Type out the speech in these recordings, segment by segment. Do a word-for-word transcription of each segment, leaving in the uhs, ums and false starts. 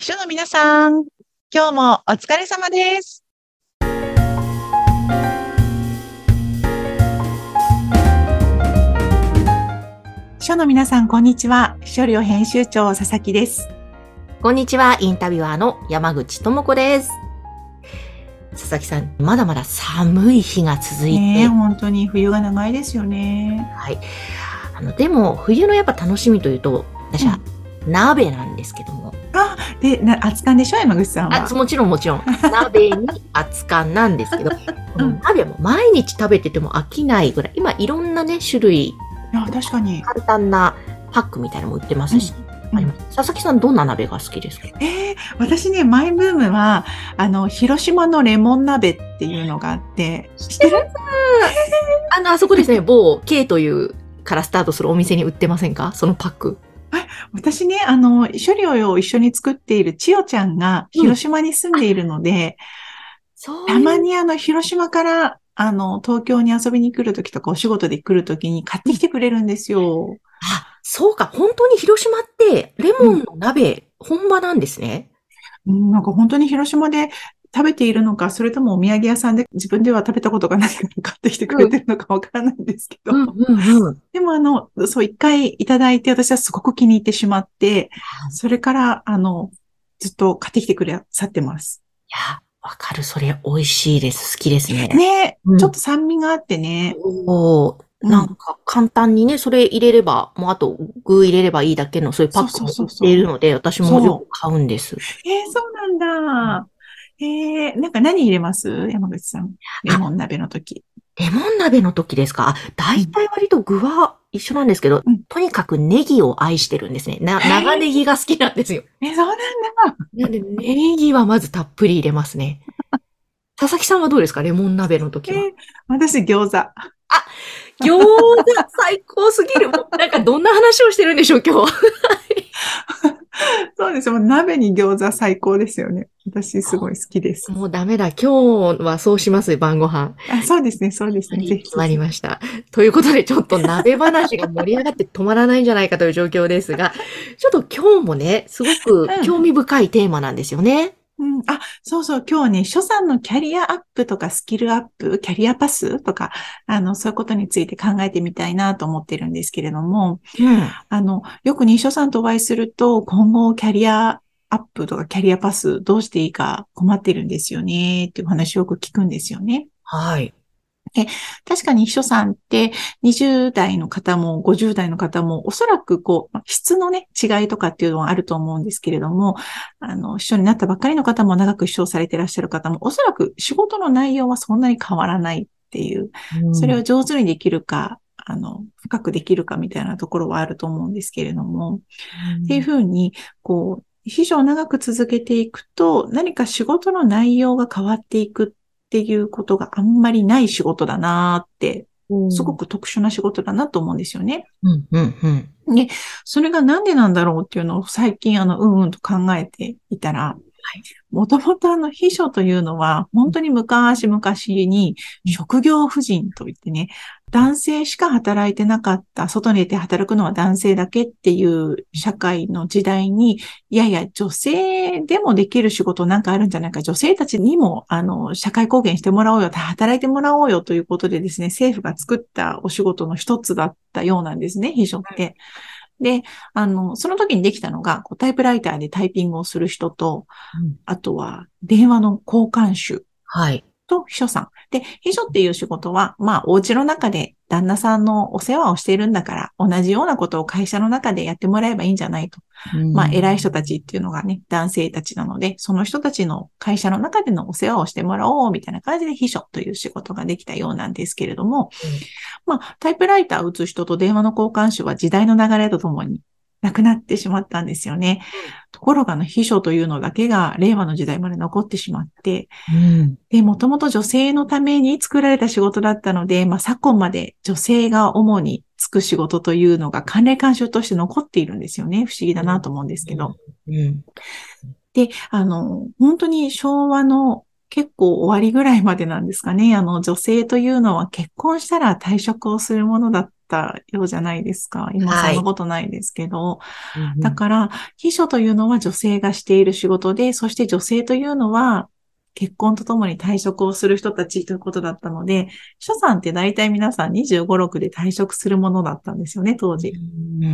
秘書の皆さん、今日もお疲れ様です。秘書の皆さん、こんにちは。秘書寮編集長、佐々木です。 こんにちは。インタビュアーの山口智子です。佐々木さん、まだまだ寒い日が続いて。 ねえ、本当に冬が長いですよね。 はい。あの、でも、冬のやっぱ楽しみというと、私は鍋なんですけども。 うん、あ、で、な熱燗でしょ、山口さんは。 あ、もちろんもちろん。鍋に熱燗なんですけど、この鍋も毎日食べてても飽きないぐらい、今いろんなね、種類。 いや、確かに。 簡単なパックみたいなのも売ってますし。うんあります。佐々木さん、どんな鍋が好きですか？ えー、私ね、マイブームは、あの、広島のレモン鍋っていうのがあって、知ってる？ あの、あそこですね、某 K というからスタートするお店に売ってませんか？そのパック。 私ね、あの、処理を一緒に作っている千代ちゃんが広島に住んでいるので、 そうたまにあの、広島から、あの、東京に遊びに来るときとかお仕事で来るときに買ってきてくれるんですよ。 あ、そうか。本当に広島って、レモンの鍋、本場なんですね。 うん、なんか本当に広島で食べているのか、それともお土産屋さんで自分では食べたことがないから買ってきてくれてるのかわからないんですけど。 うんうんうん。 でもあの、そう一回いただいて私はすごく気に入ってしまって、それからあの、ずっと買ってきてくださってます。 いや、わかる。それ美味しいです。好きですね。 ねえ、 うん、 ちょっと酸味があってね。 おなんか簡単にね、それ入れれば、もうあと具入れればいいだけのそういうパックも売っているので、私もよく買うんです。 えー、そうなんだ。えー、なんか何入れます山口さん。レモン鍋の時。 レモン鍋の時ですか？あ、大体割と具は一緒なんですけど、 うん、 とにかくネギを愛してるんですね。な、長ネギが好きなんですよ。 えー、そうなんだ。 なんで、ネギはまずたっぷり入れますね。佐々木さんはどうですか？レモン鍋のえー、 時は。 私餃子。 あ、餃子最高すぎる。もうなんかどんな話をしてるんでしょう、今日。 そうですよ。鍋に餃子最高ですよね。私すごい好きです。 もうダメだ。今日はそうします、晩ご飯。 あ、そうですね、そうですね。ぜひ決まりぜひ。 ました。ということで、ちょっと鍋話が盛り上がって止まらないんじゃないかという状況ですが、ちょっと今日もね、すごく興味深いテーマなんですよね。 うん、あ、そうそう、今日はね、所さんのキャリアアップとかスキルアップ、キャリアパスとか、あの、そういうことについて考えてみたいなと思ってるんですけれども、 うん。 あの、よくね、所さんとお会いすると、今後キャリアアップとかキャリアパスどうしていいか困ってるんですよね、っていう話をよく聞くんですよね。 はい。 で、確かに秘書さんってにじゅう代の方もごじゅう代の方もおそらくこう、質のね、違いとかっていうのはあると思うんですけれども、あの、秘書になったばっかりの方も長く秘書をされていらっしゃる方もおそらく仕事の内容はそんなに変わらないっていう、それを上手にできるか、あの、深くできるかみたいなところはあると思うんですけれども、っていうふうに、こう、秘書を長く続けていくと、何か仕事の内容が変わっていくっていうことがあんまりない仕事だなーって、すごく特殊な仕事だなと思うんですよね。 うんうんうん。 で、それがなんでなんだろうっていうのを最近あの、うんうんと考えていたら、もともとあの、秘書というのは、本当に昔々に職業婦人といってね、男性しか働いてなかった、外に出て働くのは男性だけっていう社会の時代に、いやいや、女性でもできる仕事なんかあるんじゃないか、女性たちにも、あの、社会貢献してもらおうよ、働いてもらおうよということでですね、政府が作ったお仕事の一つだったようなんですね、秘書って。で、あの、その時にできたのが、こうタイプライターでタイピングをする人と、あとは電話の交換手はい。 と秘書さん。で、秘書っていう仕事は、まあ、お家の中で旦那さんのお世話をしているんだから、同じようなことを会社の中でやってもらえばいいんじゃないと。まあ、偉い人たちっていうのがね、男性たちなので、その人たちの会社の中でのお世話をしてもらおう、みたいな感じで秘書という仕事ができたようなんですけれども、 うん、 まあ、タイプライターを打つ人と電話の交換手は時代の流れとともになくなってしまったんですよね。ところがの秘書というのだけが令和の時代まで残ってしまって、 うん、 で、もともと女性のために作られた仕事だったので、まあ昨今まで女性が主に就く仕事というのが慣例慣習として残っているんですよね。不思議だなと思うんですけど。 うんうん、 で、あの、本当に昭和の結構終わりぐらいまでなんですかね。あの、女性というのは結婚したら退職をするものだっったようじゃないですか。今そんなはい。 ことないですけど。 うんうん。 だから、秘書というのは女性がしている仕事で、そして女性というのは結婚とともに退職をする人たちということだったので、秘書さんって大体皆さんにじゅうご、ろくで退職するものだったんですよね、当時。 うん。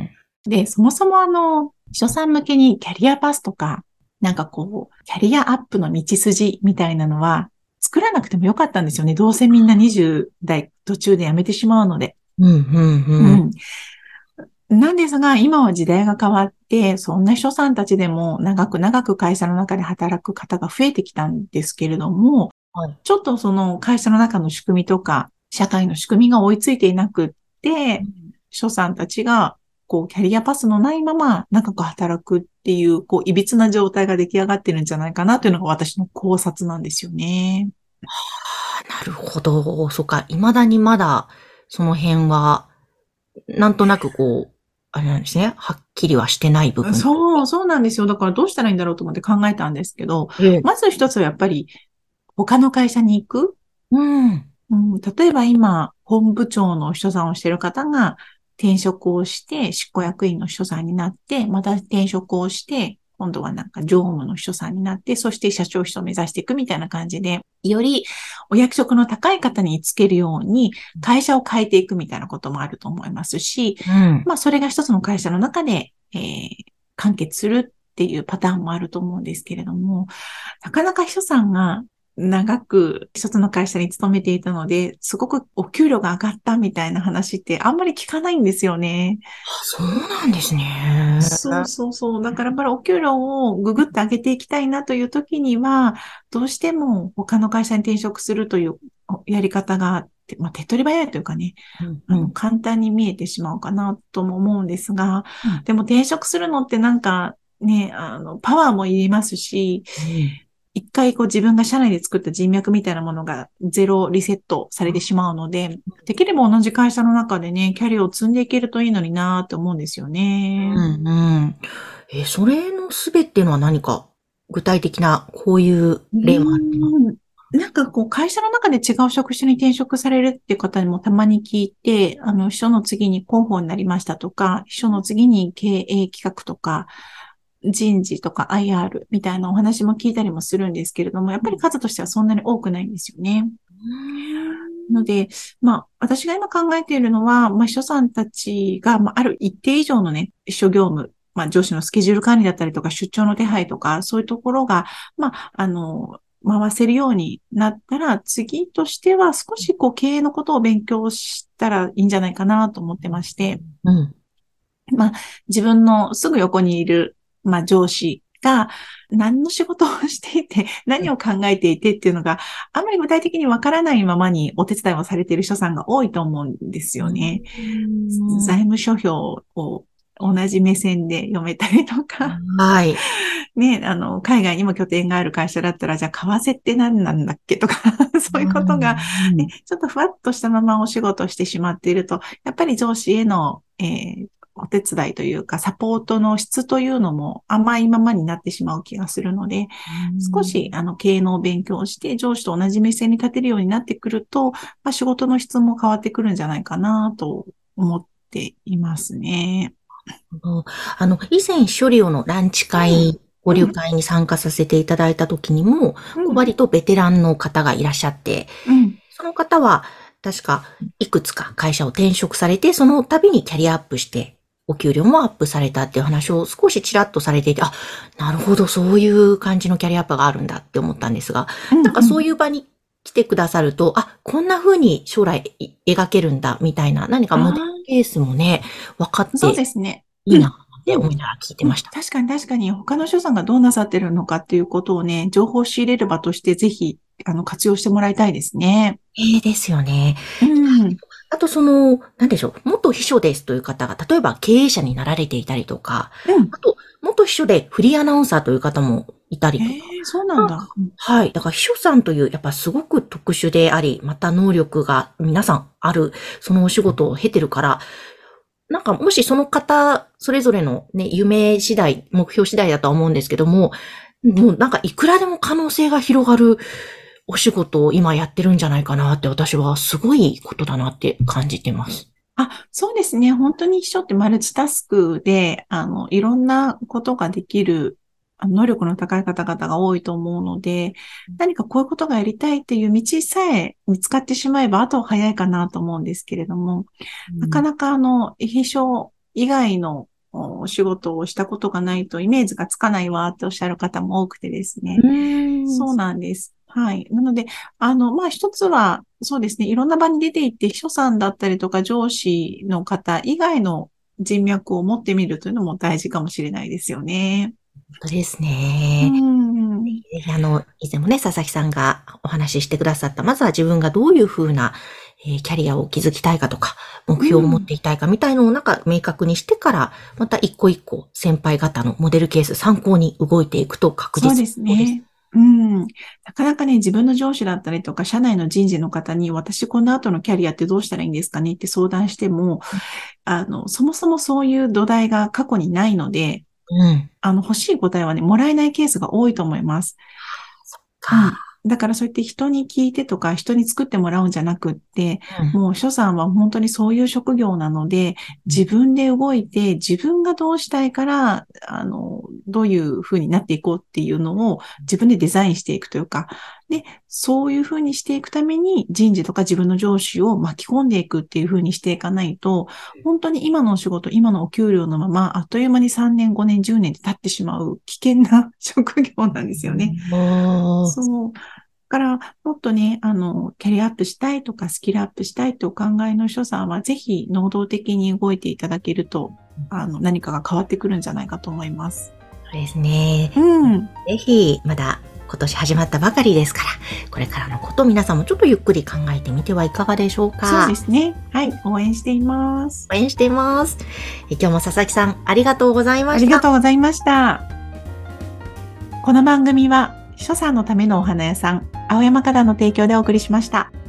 で、そもそもあの、秘書さん向けにキャリアパスとか、なんかこう、キャリアアップの道筋みたいなのは作らなくてもよかったんですよね。どうせみんなにじゅう代途中で辞めてしまうので。 うん、うん、うん。 うん。なんですが、今は時代が変わって、そんな秘書さんたちでも長く長く会社の中で働く方が増えてきたんですけれども、 はい。 ちょっとその会社の中の仕組みとか、社会の仕組みが追いついていなくって、秘書さんたちが、こう、キャリアパスのないまま長く働くっていう、こう、歪な状態が出来上がってるんじゃないかなというのが私の考察なんですよね。 ああ、なるほど。そっか。未だにまだ、その辺は、なんとなくこう、あれなんですね。はっきりはしてない部分というか。 そう、そうなんですよ。だからどうしたらいいんだろうと思って考えたんですけど、 ええ。 まず一つはやっぱり他の会社に行く。 うん。 うん、例えば今、本部長の秘書さんをしている方が転職をして、執行役員の秘書さんになって、また転職をして、今度はなんか常務の秘書さんになって、そして社長秘書を目指していくみたいな感じで、よりお役職の高い方につけるように会社を変えていくみたいなこともあると思いますし、 うん。 まあそれが一つの会社の中で、えー完結するっていうパターンもあると思うんですけれども、なかなか秘書さんが長く一つの会社に勤めていたので、すごくお給料が上がったみたいな話ってあんまり聞かないんですよね。 あ、そうなんですね。 そうそうそう。だからやっぱりお給料をぐぐって上げていきたいなという時には、どうしても他の会社に転職するというやり方があって、まあ手っ取り早いというかね、 うん、 あの、 うん、 簡単に見えてしまうかなとも思うんですが、 うん。 でも転職するのってなんかね、あの、パワーもいりますし、 うん。 一回こう自分が社内で作った人脈みたいなものがゼロリセットされてしまうので、できれば同じ会社の中でね、キャリアを積んでいけるといいのになーって思うんですよね。 うん、うん。え、それのすべっていうのは何か具体的なこういうう例もあってます？ ーん。なんかこう会社の中で違う職種に転職されるっていう方にもたまに聞いて、あの、秘書の次に広報になりましたとか、秘書の次に経営企画とか、人事とか アイアール みたいなお話も聞いたりもするんですけれども、やっぱり数としてはそんなに多くないんですよね。 うーん。 ので、まあ、私が今考えているのは、まあ、秘書さんたちが、まあ、ある一定以上のね、秘書業務、まあ、上司のスケジュール管理だったりとか、出張の手配とか、そういうところが、まあ、あの、回せるようになったら、次としては少しこう経営のことを勉強したらいいんじゃないかなと思ってまして、 うん。 まあ、自分のすぐ横にいる、まあ、上司が何の仕事をしていて、何を考えていてっていうのがあんまり具体的にわからないままにお手伝いをされている人さんが多いと思うんですうよね。 ーん。 財務諸表を同じ目線で読めたりとか、 はい。 ね、あの、海外にも拠点がある会社だったら、じゃあ、為替って何なんだっけとかそういううことが、ね、 ん。 ちょっとふわっとしたままお仕事をしてしまっていると、やっぱり上司への、えーお手伝いというか、サポートの質というのも甘いままになってしまう気がするので、 う少し、 ん。 あの、経営の勉強をして、上司と同じ目線に立てるようになってくると、まあ、仕事の質も変わってくるんじゃないかなと思っていますね。 あの、以前、処理オのランチうん、 会、ごうん、 旅会に参加させていただいた時にも、こううん、 割とベテランの方がいらっしゃって、 うん。 その方は、確か、いくつか会社を転職されて、その度にキャリアアップして、お給料もアップされたっていう話を少しちらっとされていて、あ、なるほど、そういう感じのキャリアアップがあるんだって思ったんですが、 うん、 なんかうん。 そういう場に来てくださると、あ、こんな風に将来描けるんだ、みたいな、何かモデルあケースもね、分かっあ、そうてですね。うん、 いいなってうん、 思いながら聞いてうん。 ました。 確かに確かに他の所さんがどうなさってるのかっていうことをね、情報を仕入れる場としてぜひ、あの、活用してもらいたいですね。 ええですよね。 うん、 あとその、なんでしょう、元秘書ですという方が、例えば経営者になられていたりとか、 うん。 あと、元秘書でフリーアナウンサーという方もいたりとか、 ええ、そうなんまあ、 だ。うん、 はい。だから秘書さんという、やっぱすごく特殊であり、また能力が皆さんある、そのお仕事を経てるから、なんかもしその方、それぞれのね、夢次第、目標次第だとは思うんですけども、もうなんかいくらでも可能性が広がるお仕事を今やってるんじゃないかなって私はすごいことだなって感じてます。 あ、そうですね。本当に秘書ってマルチタスクで、あの、いろんなことができる、あの能力の高い方々が多いと思うので、何かこういうことがやりたいっていう道さえ見つかってしまえば、あとは早いかなと思うんですけれども、なかなかあの、秘書以外のお仕事をしたことがないとイメージがつかないわっておっしゃる方も多くてですね。 うーん。 そうなんです。はい。なので、あの、まあ、一つは、そうですね、いろんな場に出て行って、秘書さんだったりとか上司の方以外の人脈を持ってみるというのも大事かもしれないですよね。 本当ですうね。 ん。 ぜひあの、以前もね、佐々木さんがお話ししてくださった、まずは自分がどういうふうな、えーキャリアを築きたいかとか、目標を持っていたいかみたいのをなんか明確にしてから、また一個一個先輩方のモデルケース参考に動いていくと確実そうですそうです。 ね。うん。なかなかね、自分の上司だったりとか、社内の人事の方に、私この後のキャリアってどうしたらいいんですかねって相談しても、あの、そもそもそういう土台が過去にないので、 うん。 あの、欲しい答えはね、もらえないケースが多いと思います。うか。 ん。だからそうやって人に聞いてとか人に作ってもらうんじゃなくって、 うん。 もう所さんは本当にそういう職業なので、自分で動いて自分がどうしたいから、あの、どういう風になっていこうっていうのを自分でデザインしていくというか、で、そういう風にしていくために人事とか自分の上司を巻き込んでいくっていう風にしていかないと、本当に今のお仕事、今のお給料のまま、あっという間にさんねん、ごねん、じゅうねんって経ってしまう危険な職業なんですよね。 おー。 そう。だから、もっとね、あの、キャリアアップしたいとか、スキルアップしたいとお考えの人さんは、ぜひ、能動的に動いていただけると、あの、何かが変わってくるんじゃないかと思います。 そうですね。 うん。 ぜひ、まだ今年始まったばかりですから、これからのこと皆さんもちょっとゆっくり考えてみてはいかがでしょうそうでか。 すね。はい。応援しています。 応援しています。え今日も佐々木さん、ありがとうございまありがした。 とうございました。この番組は、秘書さんのためのお花屋さん、青山からの提供でお送りしました。